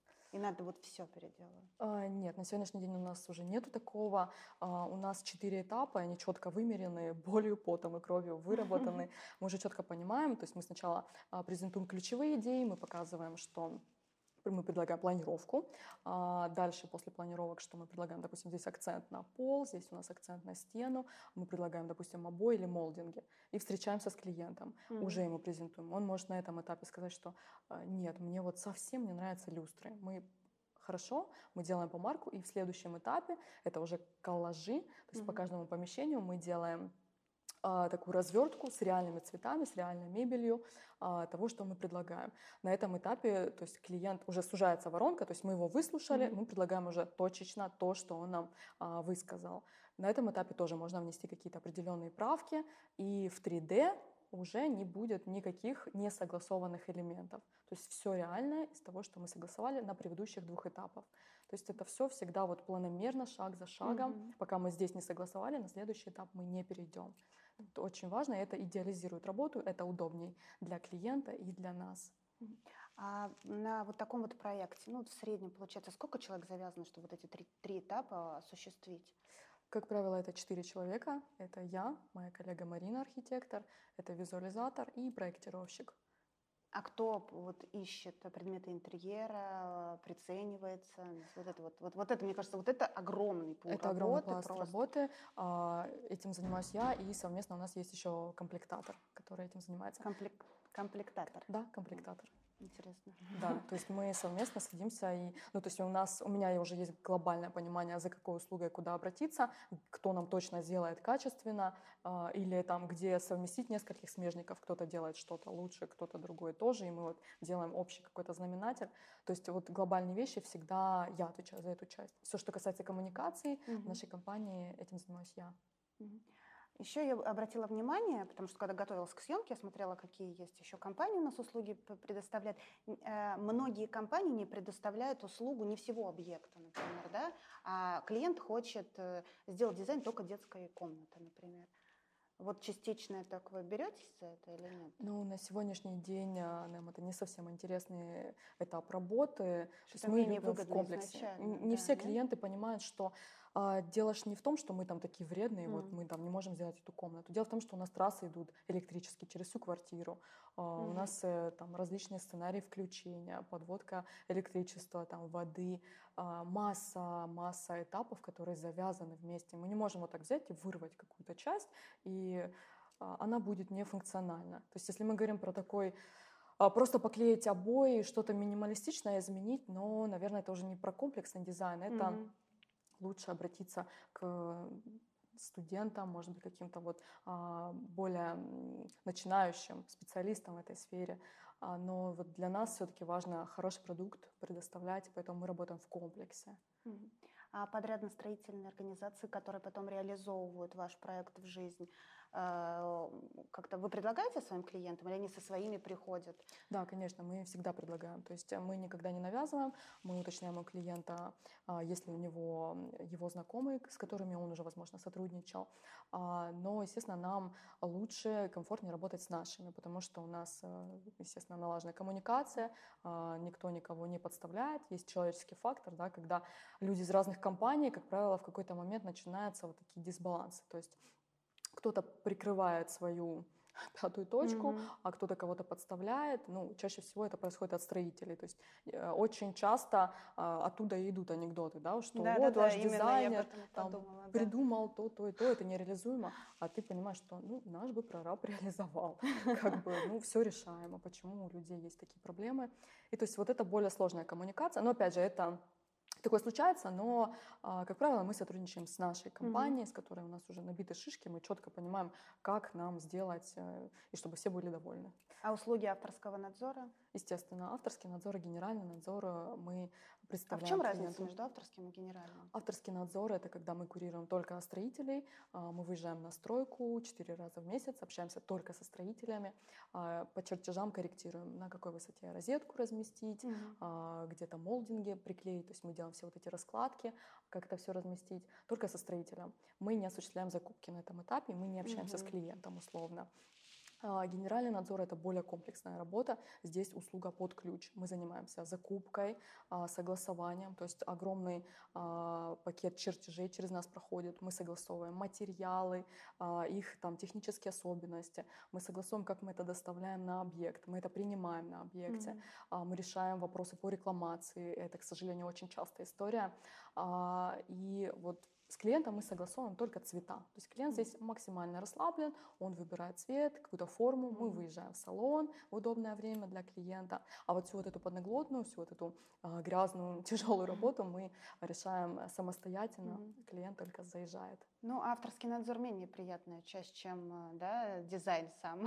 и надо вот все переделывать? А, Нет, на сегодняшний день у нас уже нету такого. А, У нас четыре этапа, они четко вымерены, болью, потом и кровью выработаны. Мы уже четко понимаем, то есть мы сначала а, презентуем ключевые идеи, мы показываем, что мы предлагаем планировку. А Дальше, после планировок, что мы предлагаем, допустим, здесь акцент на пол, здесь у нас акцент на стену, мы предлагаем, допустим, обои или молдинги, и встречаемся с клиентом, уже ему презентуем. Он может на этом этапе сказать, что а, нет, мне вот совсем не нравятся люстры. Мы Хорошо, мы делаем помарку, и в следующем этапе это уже коллажи, то есть по Мгм. каждому помещению мы делаем а, такую развертку с реальными цветами, с реальной мебелью а, того, что мы предлагаем. На этом этапе, то есть клиент уже сужается воронка, то есть мы его выслушали, Мгм. мы предлагаем уже точечно то, что он нам а, высказал. На этом этапе тоже можно внести какие-то определенные правки, и в три дэ уже не будет никаких несогласованных элементов. То есть все реальное из того, что мы согласовали на предыдущих двух этапах. То есть это все всегда вот планомерно, шаг за шагом. Мгм. Пока мы здесь не согласовали, на следующий этап мы не перейдем. Это очень важно, и это идеализирует работу, это удобней для клиента и для нас. Мгм. А на вот таком вот проекте, ну, в среднем, получается, сколько человек завязано, чтобы вот эти три, три этапа осуществить? Как правило, это четыре человека. Это я, моя коллега Марина, архитектор, это визуализатор и проектировщик. А кто п- вот ищет предметы интерьера, приценивается? Вот это вот, вот, вот это, мне кажется, вот это огромный пул Это огромный работы пласт просто. работы. а, Этим занимаюсь я, и совместно у нас есть еще комплектатор, который этим занимается. Комплек- комплектатор. Да, комплектатор. Интересно. Да, то есть мы совместно следимся, и, ну, то есть у нас, у меня уже есть глобальное понимание, за какой услугой куда обратиться, кто нам точно сделает качественно, а, или там, где совместить нескольких смежников, кто-то делает что-то лучше, кто-то другой тоже, и мы вот делаем общий какой-то знаменатель. То есть вот глобальные вещи всегда я отвечаю за эту часть. Все, что касается коммуникаций, в Мгм. нашей компании этим занимаюсь я. Мгм. Еще я обратила внимание, потому что когда готовилась к съемке, я смотрела, какие есть еще компании у нас услуги п- предоставляют. Н- э, Многие компании не предоставляют услугу не всего объекта, например, да, а клиент хочет э, сделать дизайн только детской комнаты, например. Вот частично это вы беретесь за это или нет? Ну, на сегодняшний день а, нам это не совсем интересный этап работы. То есть Что-то мы менее любим в выгодно комплексе. изначально, Н- Не да, все нет? клиенты понимают, что а, дело ж не в том, что мы там такие вредные, вот М. мы там не можем сделать эту комнату. Дело в том, что у нас трассы идут электрические через всю квартиру. А, У Мгм. нас э, там различные сценарии включения, подводка электричества, там воды, а, масса, масса этапов, которые завязаны вместе. Мы не можем вот так взять и вырвать какую-то часть и а, она будет нефункциональна. То есть если мы говорим про такой А, Просто поклеить обои, что-то минималистичное изменить, но, наверное, это уже не про комплексный дизайн, это Мгм. лучше обратиться к студентам, может быть, каким-то вот а, более м, начинающим специалистам в этой сфере. А, Но вот для нас все-таки важно хороший продукт предоставлять, поэтому мы работаем в комплексе. Мгм. А подрядно-строительные организации, которые потом реализовывают ваш проект в жизнь, э, как-то вы предлагаете своим клиентам или они со своими приходят? Да, конечно, мы всегда предлагаем. То есть э, мы никогда не навязываем, мы уточняем у клиента, а, если у него м, его знакомые, с которыми он уже, возможно, сотрудничал. А, Но, естественно, нам лучше, комфортнее работать с нашими, потому что у нас, э, естественно, налаженная коммуникация, а, никто никого не подставляет, есть человеческий фактор, да, когда люди из разных компаний, как правило, в какой-то момент начинаются вот такие дисбалансы. То есть кто-то прикрывает свою пятую точку, Мгм. а кто-то кого-то подставляет. Ну, чаще всего это происходит от строителей. То есть э, очень часто а, оттуда и идут анекдоты, да, что вот Да-да-да, ваш именно я об дизайнер этом и там подумала, да. придумал то, то и то, это нереализуемо, а ты понимаешь, что ну, наш бы прораб реализовал. Как бы, ну, все решаемо, почему у людей есть такие проблемы. И то есть вот это более сложная коммуникация. Но опять же, это такое случается, но, а, как правило, мы сотрудничаем с нашей Мгм. компанией, с которой у нас уже набиты шишки, мы четко понимаем, как нам сделать, э, и чтобы все были довольны. А услуги авторского надзора? Естественно, авторский надзор и генеральный надзор э, мы А в представляем чем разница клиенту. между авторским и генеральным? Авторский надзор — это когда мы курируем только строителей, а, мы выезжаем на стройку четыре раза в месяц, общаемся только со строителями, а, по чертежам корректируем, на какой высоте розетку разместить, Мгм. а, где-то молдинги приклеить, то есть мы делаем все вот эти раскладки, как это все разместить, только со строителем. Мы не осуществляем закупки на этом этапе, мы не общаемся с Мгм. клиентом условно. А, Генеральный надзор — это более комплексная работа. Здесь услуга под ключ. Мы занимаемся закупкой, а, согласованием, то есть огромный а, пакет чертежей через нас проходит. Мы согласовываем материалы, а, их там технические особенности. Мы согласуем, как мы это доставляем на объект. Мы это принимаем на объекте. Мгм. А, Мы решаем вопросы по рекламации. Это, к сожалению, очень частая история. А, И вот с клиентом мы согласовываем только цвета. То есть клиент Мгм. здесь максимально расслаблен, он выбирает цвет, какую-то форму, мы Мгм. выезжаем в салон в удобное время для клиента, а вот всю вот эту подноготную, всю вот эту а, грязную, тяжелую работу мы решаем э, самостоятельно, Мгм. клиент только заезжает. Ну, авторский надзор менее приятная часть, чем э, да, дизайн сам,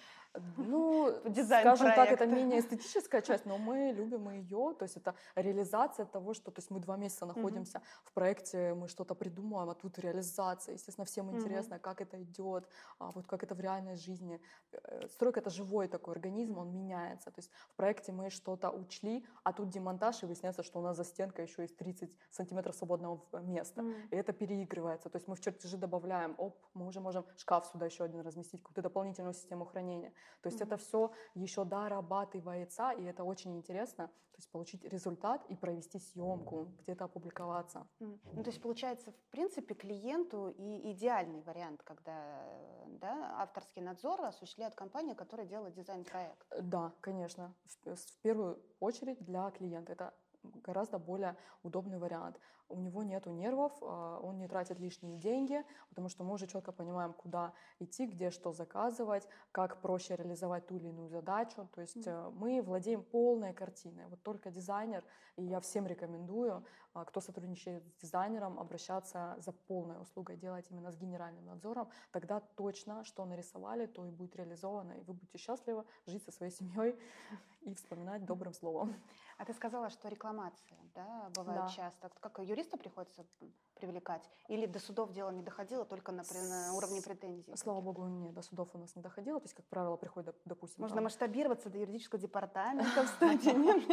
Ну, дизайн скажем так, это проекта. менее эстетическая часть, но мы любим ее, то есть это реализация того, что, то есть мы два месяца Мгм. находимся в проекте, мы что-то придумываем, а тут реализация, естественно, всем Мгм. интересно, как это идет, а вот как это в реальной жизни. Э, Стройка — это живой такой организм, он Мгм. меняется, то есть в проекте мы что-то учли, а тут демонтаж, и выясняется, что у нас за стенкой еще есть тридцать сантиметров свободного в- места, Мгм. и это переигрывается, то есть мы в чертежи добавляем, оп, мы уже можем шкаф сюда еще один разместить, какую-то дополнительную систему хранения. То есть это Мгм. все еще дорабатывается, и это очень интересно. То есть получить результат и провести съемку, где-то опубликоваться. М. Ну, то есть получается, в принципе, клиенту и идеальный вариант, когда э, да, авторский надзор осуществляет компания, которая делает дизайн-проект. Э, Да, конечно, в, п- с- в первую очередь для клиента. Это гораздо более удобный вариант. У него нету нервов, а, он не тратит лишние деньги, потому что мы уже четко понимаем, куда идти, где что заказывать, как проще реализовать ту или иную задачу. То есть Мгм. э, мы владеем полной картиной. Вот только дизайнер, и я всем рекомендую, а, кто сотрудничает с дизайнером, обращаться за полной услугой, делать именно с генеральным надзором. Тогда точно, что нарисовали, то и будет реализовано, и вы будете счастливы жить со своей семьей и вспоминать добрым словом. А ты сказала, что рекламации, да, бывают Да. часто. Как юриста приходится м, привлекать? Или до судов дело не доходило, только на, при- на уровне С- претензий Слава каких-то? богу, не, до судов у нас не доходило. То есть, как правило, приходит, доп- допустим, Можно там. масштабироваться до юридического департамента, кстати.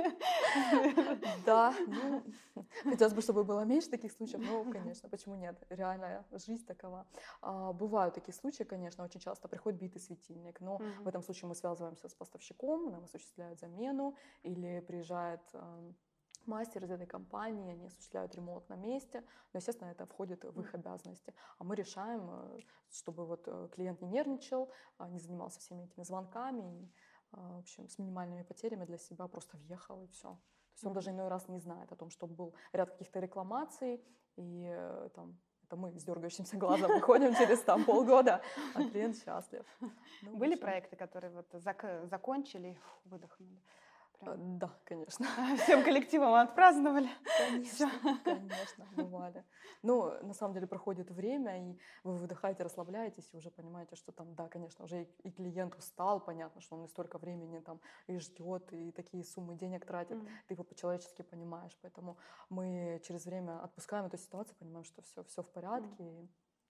Не? Да, ну, хотелось бы, чтобы было меньше таких случаев, но, конечно, почему нет? Реальная жизнь такова. А, Бывают такие случаи, конечно, очень часто приходит битый светильник, но в Мгм. этом случае мы связываемся с поставщиком, нам осуществляют замену, или приезжает ам, мастер из этой компании, они осуществляют ремонт на месте, но, естественно, это входит в их Мгм. обязанности. А мы решаем, э, чтобы вот э, клиент не нервничал, а, не занимался всеми этими звонками, и, а, в общем, с минимальными потерями для себя просто въехал и все. То есть он даже Мгм. иной раз не знает о том, что был ряд каких-то рекламаций, и э, там это мы с дергающимся глазом выходим через там полгода, а клиент счастлив. Ну, Были общем, проекты, которые вот зак- закончили и фу, выдохнули? э, Прям Да, конечно. всем коллективом отпраздновали. Всё. Конечно, конечно, бывали. Но на самом деле проходит время, и вы выдыхаете, расслабляетесь, и уже понимаете, что там, да, конечно, уже и, и клиент устал, понятно, что он не столько времени там и ждет, и такие суммы денег тратит, Мгм. ты его по-человечески понимаешь. Поэтому мы через время отпускаем эту ситуацию, понимаем, что все, все в порядке, и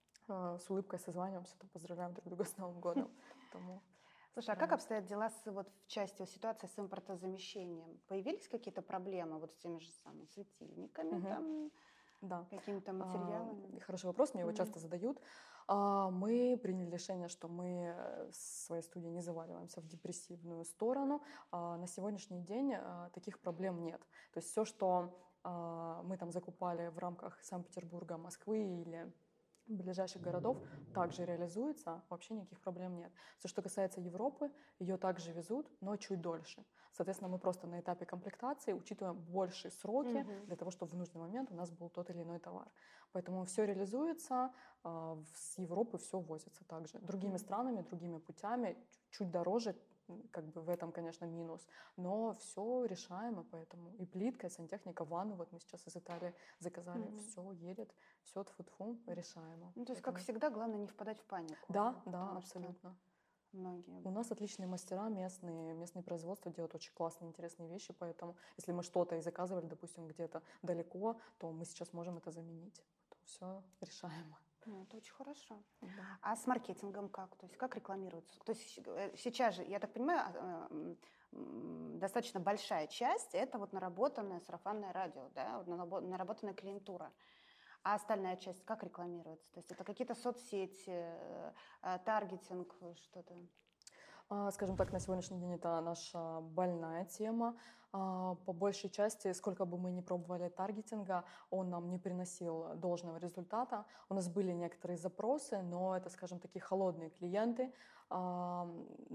э, с улыбкой созваниваемся, там, поздравляем друг друга с Новым годом. Поэтому Слушай, а как стараемся. обстоят дела с, вот, в части вот, ситуации с импортозамещением? Появились какие-то проблемы вот с теми же самыми светильниками, Мгм. там, Да. какими-то А, материалами? Хороший вопрос, мне его Мгм. часто задают. А, Мы приняли решение, что мы э, с своей студией не заваливаемся в депрессивную сторону. А, На сегодняшний день а, таких проблем нет. То есть все, что а, мы там закупали в рамках Санкт-Петербурга, Москвы или ближайших городов, также реализуется, вообще никаких проблем нет. Все, что касается Европы, ее также везут, но чуть дольше. Соответственно, мы просто на этапе комплектации учитываем большие сроки Мгм. для того, чтобы в нужный момент у нас был тот или иной товар. Поэтому все реализуется, а, в- с Европы все возится также. Другими Мгм. странами, другими путями, чуть дороже, м, как бы в этом, конечно, минус, но все решаемо, поэтому и плитка, и сантехника, ванну, вот мы сейчас из Италии заказали, Мгм. все едет, все тфу-тфу, решаемо. Ну, то есть, как Поэтому всегда, главное не впадать в панику, да, да, потому что абсолютно. многие... У нас отличные мастера местные, местные производства делают очень классные, интересные вещи, поэтому если мы что-то и заказывали, допустим, где-то далеко, то мы сейчас можем это заменить. Все решаемо. Ну, это очень хорошо. Да. А с маркетингом как? То есть как рекламируется? То есть э, сейчас же, я так понимаю, а, м, м, достаточно большая часть — это вот наработанное сарафанное радио, да, вот нарабо- наработанная клиентура. А остальная часть как рекламируется? То есть это какие-то соцсети, э, э, таргетинг, э, что-то? А, Скажем так, на сегодняшний день это наша больная тема. А, По большей части, сколько бы мы ни пробовали таргетинга, он нам не приносил должного результата. У нас были некоторые запросы, но это, скажем, такие холодные клиенты. А,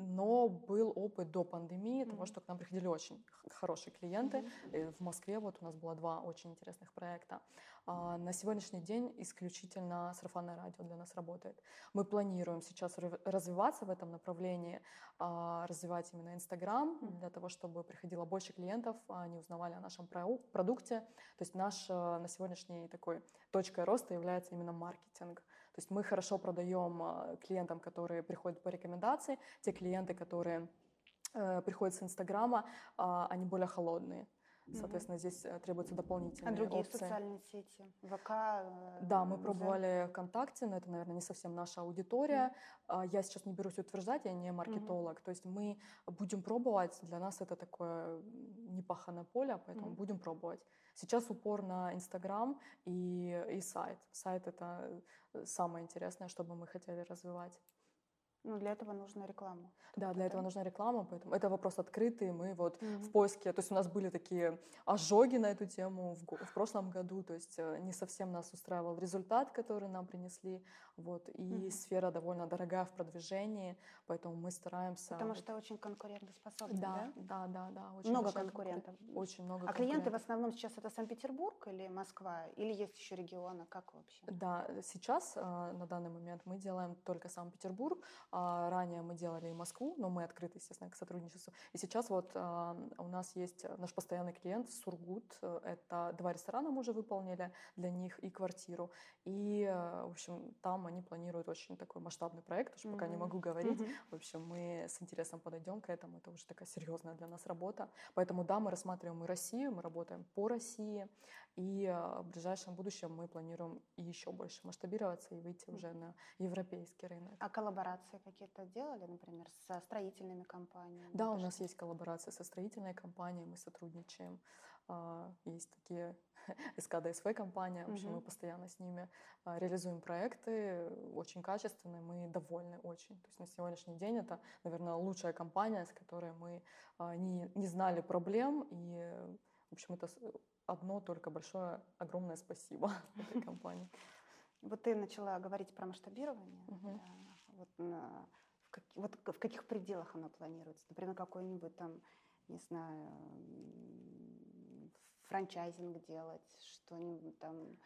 Но был опыт до пандемии того, Мгм. что к нам приходили очень х- хорошие клиенты. Мгм. И в Москве вот у нас было два очень интересных проекта. А, На сегодняшний день исключительно сарафанное радио для нас работает. Мы планируем сейчас рав- развиваться в этом направлении, а, развивать именно Инстаграм Мгм. для того, чтобы приходило больше клиентов, а они узнавали о нашем проу- продукте. То есть наш э, на сегодняшний такой точкой роста является именно маркетинг. То есть мы хорошо продаем э, клиентам, которые приходят по рекомендации. Те клиенты, которые э, приходят с Инстаграма, а, они более холодные. Мгм. Соответственно, здесь э, требуются А дополнительные другие опции. социальные сети? ВК, э, Да, мы Дзен? пробовали ВКонтакте, но это, наверное, не совсем наша Мгм. аудитория. А, Я сейчас не берусь утверждать, я не Мгм. маркетолог. То есть мы будем пробовать. Для нас это такое м, непаханное поле, поэтому Мгм. будем пробовать. Сейчас упор на Инстаграм и, и сайт. Сайт — это э, самое интересное, что бы мы хотели развивать. Ну, для этого нужна реклама Да, только, для этого да? нужна реклама, поэтому это вопрос открытый. Мы вот в Мгм. поиске, то есть у нас были такие ожоги на эту тему в, го- в прошлом году, то есть э, не совсем нас устраивал результат, который нам принесли, вот, и Мгм. сфера довольно дорогая в продвижении, поэтому мы стараемся Потому вот... что очень конкурентоспособный, Да, да? да, да, да, очень Много большая конкуренция, конкурентов. очень много А клиенты в конкурентов. основном сейчас это Санкт-Петербург или Москва? Или есть еще регионы? Как вообще? Да, э, сейчас, а, на данный момент, мы делаем только Санкт-Петербург. А, Ранее мы делали и Москву, но мы открыты, естественно, к сотрудничеству. И сейчас вот а, у нас есть э, наш постоянный клиент Сургут. Э, Это два ресторана мы уже выполнили для них и квартиру. И, э, в общем, там они планируют очень такой масштабный проект, уж пока не Мгм. могу говорить. Мгм. В общем, мы с интересом подойдем к этому. Это уже такая серьезная для нас работа. Поэтому, да, мы рассматриваем и Россию, мы работаем по России. И а, в ближайшем будущем мы планируем еще больше масштабироваться и выйти уже на европейский рынок. А коллаборации какие-то делали, например, со строительными компаниями? Да, у Это нас что? есть коллаборация со строительной компанией, мы сотрудничаем. А, Есть такие эс ка дэ эс вэ компания, в общем, мы Мгм. постоянно с ними а, реализуем проекты, очень качественные, мы довольны очень. То есть на сегодняшний день это, наверное, лучшая компания, с которой мы а, не, не знали проблем, и, в общем, это с- одно только большое, огромное спасибо этой компании. Вот ты начала говорить про масштабирование. Мгм. Да. Вот, на- в, как- вот в каких пределах оно планируется? Например, какой-нибудь там, не знаю, м, франчайзинг делать, что-нибудь там,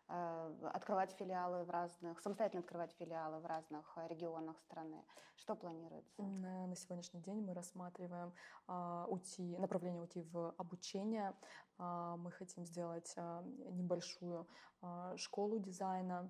э, открывать филиалы в разных, самостоятельно открывать филиалы в разных э, регионах страны. Что планируется? На, на сегодняшний день мы рассматриваем а, уйти, направление уйти в обучение. А, мы хотим сделать а, небольшую а, школу дизайна.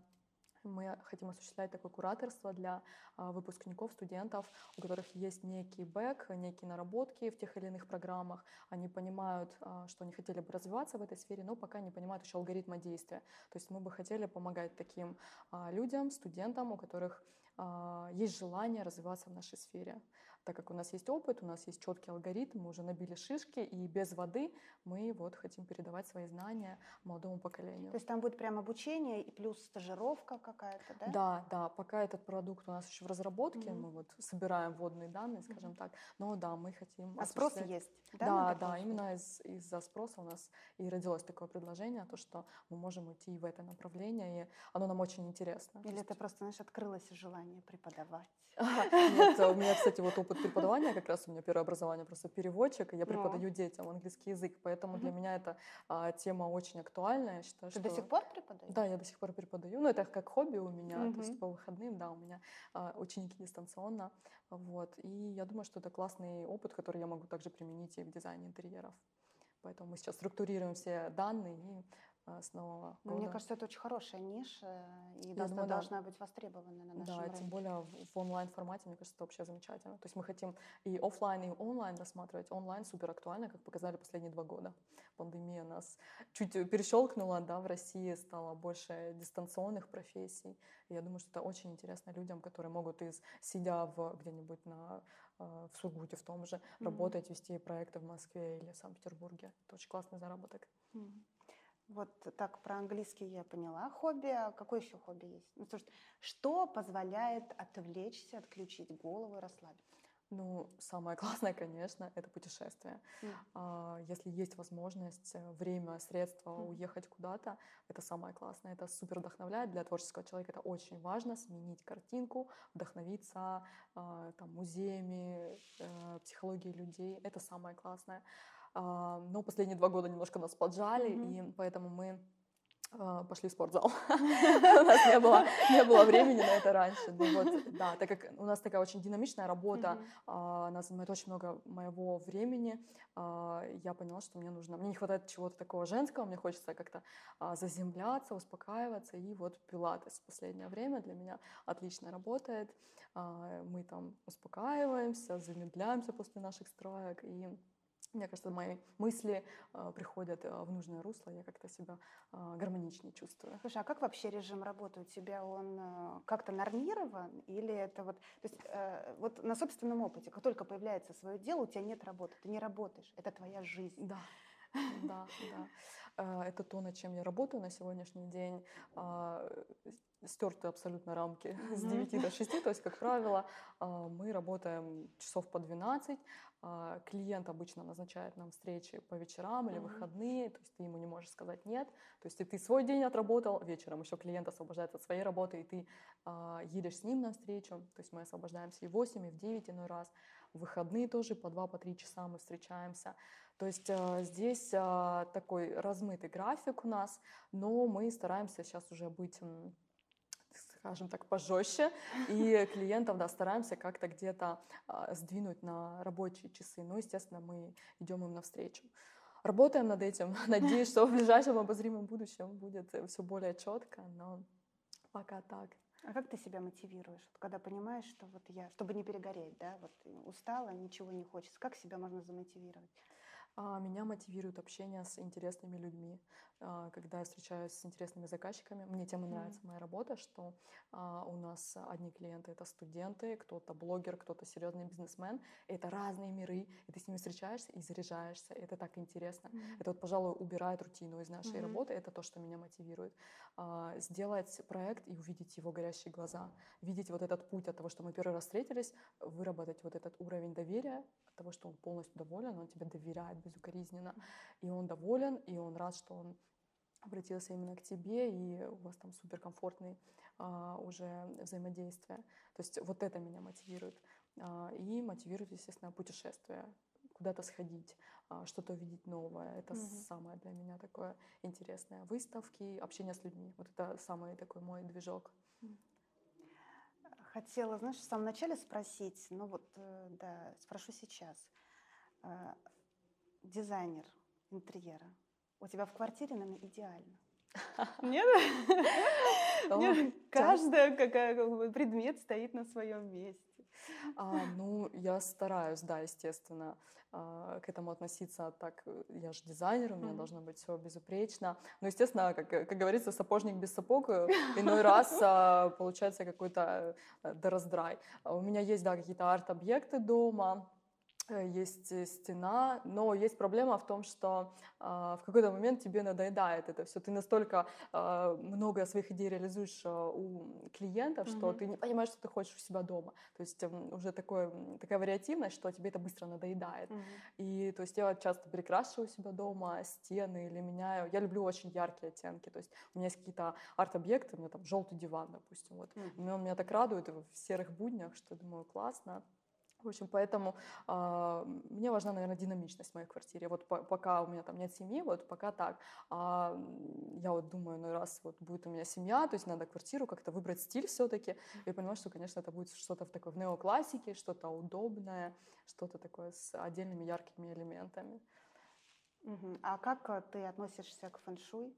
Мы хотим осуществлять такое кураторство для а, выпускников, студентов, у которых есть некий бэк, некие наработки в тех или иных программах. Они понимают, а, что они хотели бы развиваться в этой сфере, но пока не понимают еще алгоритма действия. То есть мы бы хотели помогать таким а, людям, студентам, у которых а, есть желание развиваться в нашей сфере. Так как у нас есть опыт, у нас есть четкий алгоритм, мы уже набили шишки, и без воды мы вот хотим передавать свои знания молодому поколению. То есть там будет прям обучение и плюс стажировка какая-то, да? Да, да, пока этот продукт у нас еще в разработке, Мгм. мы вот собираем вводные данные, скажем Мгм. так, но да, мы хотим А спрос осуществлять. есть, да, на Да, такую да, услугу? именно из, из-за спроса у нас и родилось такое предложение, то, что мы можем идти в это направление, и оно нам очень интересно. То Или есть- это просто, знаешь, открылось желание преподавать? Нет, у меня, кстати, вот опыт преподавания, как раз у меня первое образование просто переводчик, и я Ну. преподаю детям английский язык, поэтому для Мгм. меня эта а, тема очень актуальная. Я считаю, Ты что... до сих пор преподаешь? Да, я до сих пор преподаю, но это как хобби у меня, то есть Мгм. по выходным, да, у меня а, ученики дистанционно, вот, и я думаю, что это классный опыт, который я могу также применить и в дизайне интерьеров. Поэтому мы сейчас структурируем все данные и а, с нового Ну, мне года. кажется, это очень хорошая ниша и Я доста- думаю, да. должна быть востребована на нашем Да, рынке. тем более в, в онлайн-формате, мне кажется, это вообще замечательно. То есть мы хотим и оффлайн, и онлайн рассматривать. Онлайн супер актуально, как показали последние два года. Пандемия нас чуть перещелкнула, да, в России стало больше дистанционных профессий. И я думаю, что это очень интересно людям, которые могут, из, сидя в, где-нибудь на, э, в Сургуте в том же, Мгм. работать, вести проекты в Москве или Санкт-Петербурге. Это очень классный заработок. Мгм. Вот так про английский я поняла. Хобби. А какое еще хобби есть? Ну, слушай, что позволяет отвлечься, отключить голову и расслабиться? Ну, самое классное, конечно, это путешествие. М. А, Если есть возможность, э, время, средства Мгм. уехать куда-то, это самое классное. Это супер вдохновляет. Для творческого человека это очень важно, сменить картинку, вдохновиться а, там, музеями, э, психологией людей. Это самое классное. А, Но последние два года немножко нас поджали, Мгм. и поэтому мы а, пошли в спортзал. У нас не было, не было времени на это раньше. Ну вот, да, так как у нас такая очень динамичная работа, Мгм. а, она занимает очень много моего времени, а, я поняла, что мне нужно, мне не хватает чего-то такого женского, мне хочется как-то а, заземляться, успокаиваться, и вот пилатес в последнее время для меня отлично работает. А, Мы там успокаиваемся, замедляемся после наших строек, и мне кажется, мои мысли а, приходят а, в нужное русло, я как-то себя а, гармоничнее чувствую. Слушай, а как вообще режим работы у тебя? Он э, как-то нормирован? Или это вот... То есть э, вот на собственном опыте, как только появляется свое дело, у тебя нет работы, ты не работаешь, это твоя жизнь. Да, да, да. Э, Это то, над чем я работаю на сегодняшний день. А, Стерты абсолютно рамки с Мгм. девяти до шести, то есть, как правило, а, мы работаем часов по двенадцать. А, Клиент обычно назначает нам встречи по вечерам или Мгм. выходные, то есть ты ему не можешь сказать нет. То есть и ты свой день отработал, вечером еще клиент освобождается от своей работы, и ты а, едешь с ним на встречу. То есть мы освобождаемся и в восемь, и в девять иной раз. В выходные тоже по два, по три часа мы встречаемся. То есть э, здесь э, такой размытый график у нас, но мы стараемся сейчас уже быть, м, скажем так, пожестче, и клиентов, да, стараемся как-то где-то а, сдвинуть на рабочие часы, но, естественно, мы идем им навстречу. Работаем над этим, надеюсь, что в ближайшем обозримом будущем будет все более четко, но пока так. А как ты себя мотивируешь, вот когда понимаешь, что вот я, чтобы не перегореть, да, вот устала, ничего не хочется, как себя можно замотивировать? А, Меня мотивирует общение с интересными людьми. А, Когда я встречаюсь с интересными заказчиками, мне тем и нравится Мгм. моя работа, что а, у нас одни клиенты — это студенты, кто-то блогер, кто-то серьезный бизнесмен. И это разные миры, и ты с ними встречаешься и заряжаешься. И это так интересно. Мгм. Это вот, пожалуй, убирает рутину из нашей Мгм. работы. Это то, что меня мотивирует. А, Сделать проект и увидеть его горящие глаза. Видеть вот этот путь от того, что мы первый раз встретились, выработать вот этот уровень доверия, от того, что он полностью доволен, он тебе доверяет безукоризненно, и он доволен, и он рад, что он обратился именно к тебе, и у вас там суперкомфортный а, уже взаимодействие. То есть вот это меня мотивирует. А, и мотивирует, естественно, путешествие, куда-то сходить, а, что-то увидеть новое. Это Мгм. самое для меня такое интересное. Выставки, общение с людьми. Вот это самый такой мой движок. Хотела, знаешь, в самом начале спросить, ну вот, э, да, спрошу сейчас. Э, Дизайнер интерьера. У тебя в квартире, наверное, идеально. Нет? О, Нет, часто. каждая какая как бы предмет стоит на своем месте. А, ну, я стараюсь, да, естественно, а, к этому относиться так. э, Я же дизайнер, у меня Мгм. должно быть все безупречно. Но, естественно, как, э, как говорится, сапожник без сапог э, иной раз а, получается какой-то э, дораздрай. А У меня есть, да, какие-то арт-объекты дома, э, есть э, стена, но есть проблема в том, что а, в какой-то момент тебе надоедает это все. Ты настолько а, много своих идей реализуешь а, у клиентов, что Мгм. ты не понимаешь, что ты хочешь у себя дома. То есть м, уже такое, м, такая вариативность, что тебе это быстро надоедает. Мгм. И то есть я вот часто перекрашиваю у себя дома стены или меняю. Я люблю очень яркие оттенки. То есть у меня есть какие-то арт-объекты, у меня там желтый диван, допустим. Вот. Мгм. Меня, меня так радует в серых буднях, что думаю, классно. В общем, поэтому а, мне важна, наверное, динамичность в моей квартире. Вот по- пока у меня там нет семьи, вот пока так. А м, я вот думаю, ну раз вот будет у меня семья, то есть надо квартиру как-то выбрать стиль все-таки. И понимаю, что, конечно, это будет что-то в такой в неоклассике, что-то удобное, что-то такое с отдельными яркими элементами. Мгм. А как э, ты относишься к фэн-шуй?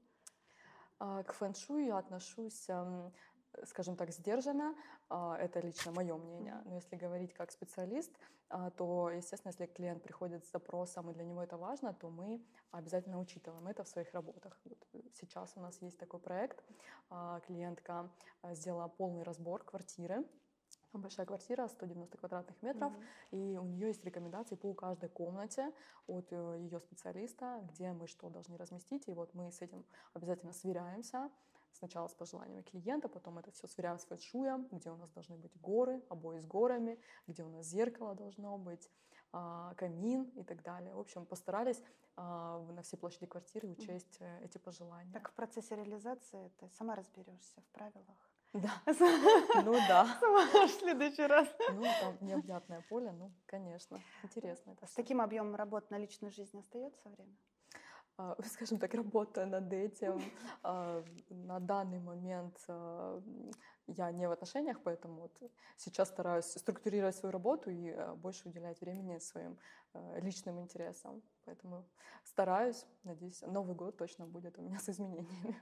А, К фэн-шуй я отношусь, ам, э, скажем так, сдержанно. А, Это лично мое мнение. Мгм. Но если говорить как специалист, а, то, естественно, если клиент приходит с запросом, и для него это важно, то мы обязательно учитываем это в своих работах. Вот э, сейчас у нас есть такой проект. А, Клиентка а, сделала полный разбор квартиры. Там большая квартира, сто девяносто квадратных метров, Мгм. и у нее есть рекомендации по каждой комнате от э, ее специалиста, где мы что должны разместить. И вот мы с этим обязательно сверяемся. Сначала с пожеланиями клиента, потом это все сверяем с фэншуем, где у нас должны быть горы, обои с горами, где у нас зеркало должно быть, а, камин и так далее. В общем, постарались а, на все площади квартиры Мгм. учесть э, эти пожелания. Так в процессе реализации ты сама разберешься в правилах. Да, Сама ну да. сама в следующий раз. Ну, там необъятное поле, ну, конечно, интересно это С все. таким объемом работ на личную жизнь остается время? А, скажем так, работая над этим. А, На данный момент а, м, я не в отношениях, поэтому вот сейчас стараюсь структурировать свою работу и а, больше уделять времени своим а, личным интересам. Поэтому стараюсь, надеюсь, Новый год точно будет у меня с изменениями.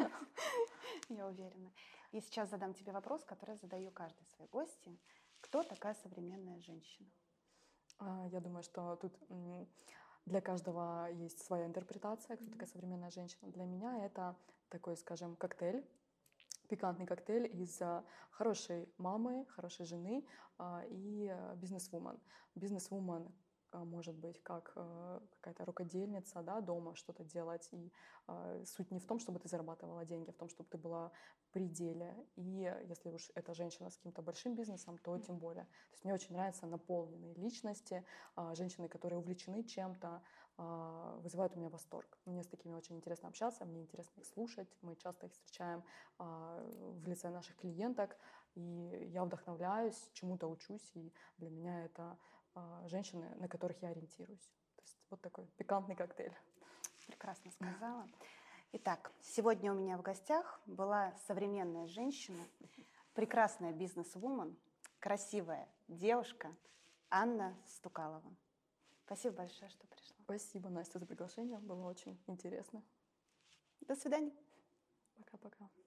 Я уверена. И сейчас задам тебе вопрос, который я задаю каждой своей гости. Кто такая современная женщина? А, Я думаю, что тут м, для каждого есть своя интерпретация, кто такая Мгм. современная женщина. Для меня это такой, скажем, коктейль, пикантный коктейль из а, хорошей мамы, хорошей жены а, и а, бизнес-вумен. Бизнес-вумен а, может быть как э, какая-то рукодельница, да, дома что-то делать. И а, суть не в том, чтобы ты зарабатывала деньги, а в том, чтобы ты была в пределе. И если уж эта женщина с каким-то большим бизнесом, то тем более. То есть мне очень нравятся наполненные личности, а, женщины, которые увлечены чем-то, а, вызывают у меня восторг. Мне с такими очень интересно общаться, мне интересно их слушать. Мы часто их встречаем а, в лице наших клиенток, и я вдохновляюсь, чему-то учусь, и для меня это а, женщины, на которых я ориентируюсь. То есть вот такой пикантный коктейль. Прекрасно сказала. Итак, сегодня у меня в гостях была современная женщина, прекрасная бизнес-вумен, красивая девушка Анна Стукалова. Спасибо большое, что пришла. Спасибо, Настя, за приглашение. Было очень интересно. До свидания. Пока-пока.